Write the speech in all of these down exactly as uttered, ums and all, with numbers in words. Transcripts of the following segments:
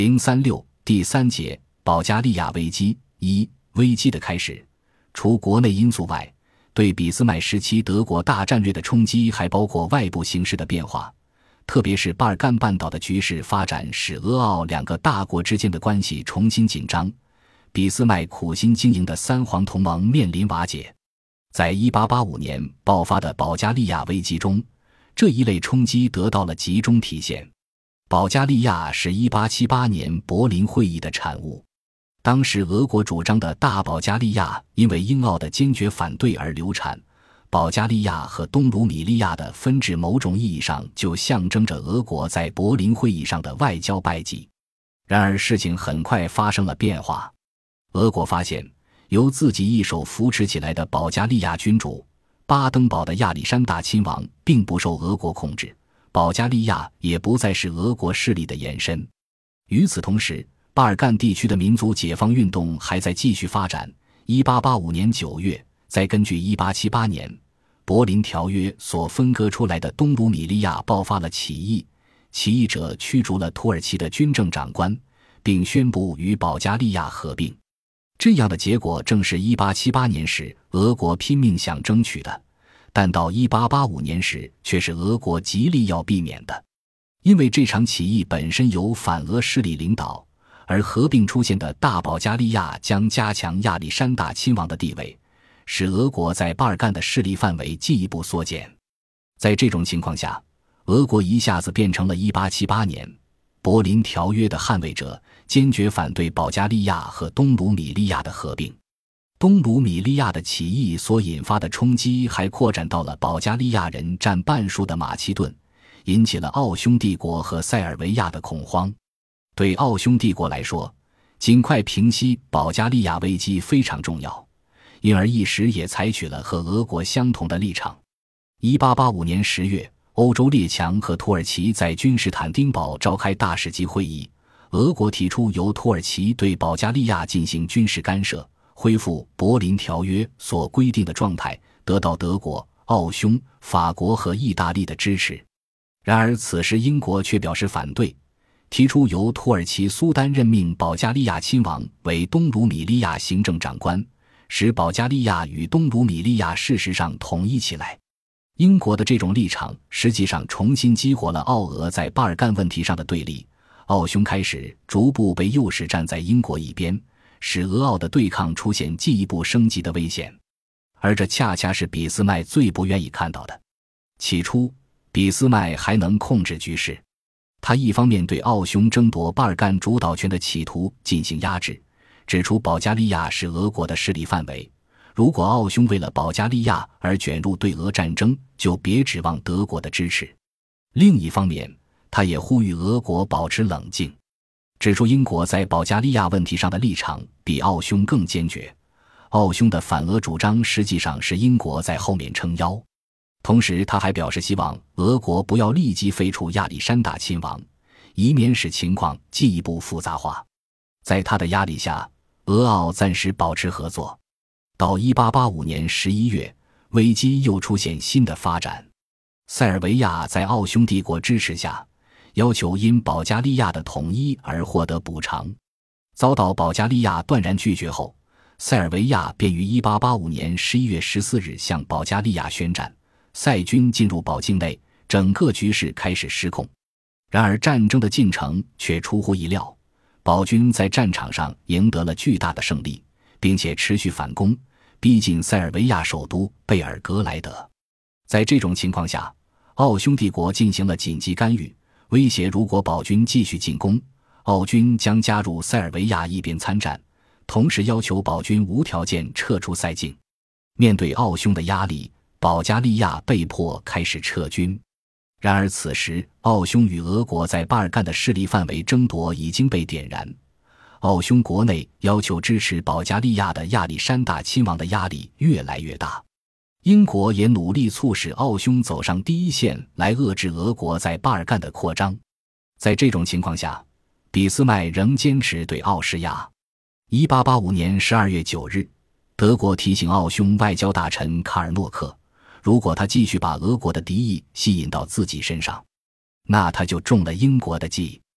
零三六第三节保加利亚危机。一、危机的开始。除国内因素外，对俾斯麦时期德国大战略的冲击还包括外部形势的变化，特别是巴尔干半岛的局势发展使俄奥两个大国之间的关系重新紧张，俾斯麦苦心经营的三皇同盟面临瓦解。在一八八五年爆发的保加利亚危机中，这一类冲击得到了集中体现。保加利亚是一八七八年柏林会议的产物，当时俄国主张的大保加利亚因为英奥的坚决反对而流产，保加利亚和东卢米利亚的分治某种意义上就象征着俄国在柏林会议上的外交败绩。然而事情很快发生了变化，俄国发现由自己一手扶持起来的保加利亚君主巴登堡的亚历山大亲王并不受俄国控制，保加利亚也不再是俄国势力的延伸。与此同时，巴尔干地区的民族解放运动还在继续发展。一八八五年九月，在根据一八七八年柏林条约所分割出来的东卢米利亚爆发了起义，起义者驱逐了土耳其的军政长官，并宣布与保加利亚合并。这样的结果正是一八七八年时俄国拼命想争取的，但到一八八五年时却是俄国极力要避免的。因为这场起义本身由反俄势力领导，而合并出现的大保加利亚将加强亚历山大亲王的地位，使俄国在巴尔干的势力范围进一步缩减。在这种情况下，俄国一下子变成了一八七八年柏林条约的捍卫者，坚决反对保加利亚和东卢米利亚的合并。东卢米利亚的起义所引发的冲击还扩展到了保加利亚人占半数的马其顿，引起了奥匈帝国和塞尔维亚的恐慌。对奥匈帝国来说，尽快平息保加利亚危机非常重要，因而一时也采取了和俄国相同的立场。一八八五年十月，欧洲列强和土耳其在君士坦丁堡召开大使级会议，俄国提出由土耳其对保加利亚进行军事干涉，恢复柏林条约所规定的状态，得到德国、奥匈、法国和意大利的支持。然而此时英国却表示反对，提出由土耳其苏丹任命保加利亚亲王为东卢米利亚行政长官，使保加利亚与东卢米利亚事实上统一起来。英国的这种立场实际上重新激活了奥俄在巴尔干问题上的对立，奥匈开始逐步被诱使站在英国一边，使俄奥的对抗出现进一步升级的危险。而这恰恰是俾斯麦最不愿意看到的。起初，俾斯麦还能控制局势，他一方面对奥匈争夺巴尔干主导权的企图进行压制，指出保加利亚是俄国的势力范围，如果奥匈为了保加利亚而卷入对俄战争，就别指望德国的支持。另一方面，他也呼吁俄国保持冷静，指出英国在保加利亚问题上的立场比奥匈更坚决，奥匈的反俄主张实际上是英国在后面撑腰。同时他还表示希望俄国不要立即废除亚历山大亲王，以免使情况进一步复杂化。在他的压力下，俄奥暂时保持合作。到一八八五年十一月，危机又出现新的发展。塞尔维亚在奥匈帝国支持下，要求因保加利亚的统一而获得补偿。遭到保加利亚断然拒绝后，塞尔维亚便于一八八五年十一月十四日向保加利亚宣战，塞军进入保境内，整个局势开始失控。然而战争的进程却出乎意料，保军在战场上赢得了巨大的胜利，并且持续反攻，逼近塞尔维亚首都贝尔格莱德。在这种情况下，奥匈帝国进行了紧急干预，威胁如果保军继续进攻，奥军将加入塞尔维亚一边参战，同时要求保军无条件撤出塞境。面对奥匈的压力，保加利亚被迫开始撤军。然而此时奥匈与俄国在巴尔干的势力范围争夺已经被点燃，奥匈国内要求支持保加利亚的亚历山大亲王的压力越来越大。英国也努力促使奥匈走上第一线来遏制俄国在巴尔干的扩张。在这种情况下，俾斯麦仍坚持对奥施压。一八八五年十二月九日，德国提醒奥匈外交大臣卡尔诺克，如果他继续把俄国的敌意吸引到自己身上，那他就中了英国的计。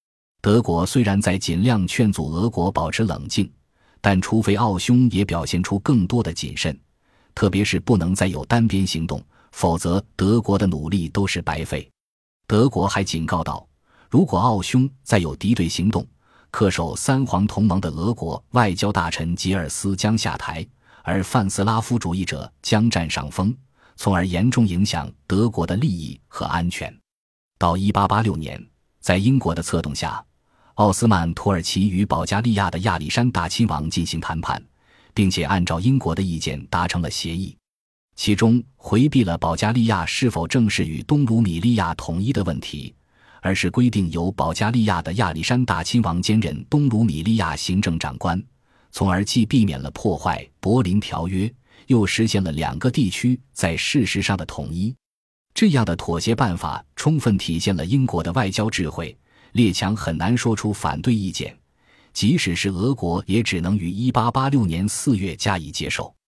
德国虽然在尽量劝阻俄国保持冷静，但除非奥匈也表现出更多的谨慎，特别是不能再有单边行动，否则德国的努力都是白费。德国还警告道，如果奥匈再有敌对行动，恪守三皇同盟的俄国外交大臣吉尔斯将下台，而泛斯拉夫主义者将占上风，从而严重影响德国的利益和安全。到一八八六年，在英国的策动下，奥斯曼土耳其与保加利亚的亚历山大亲王进行谈判，并且按照英国的意见达成了协议，其中回避了保加利亚是否正式与东鲁米利亚统一的问题，而是规定由保加利亚的亚历山大亲王兼任东鲁米利亚行政长官，从而既避免了破坏柏林条约，又实现了两个地区在事实上的统一。这样的妥协办法充分体现了英国的外交智慧，列强很难说出反对意见，即使是俄国也只能于一八八六年四月加以接受。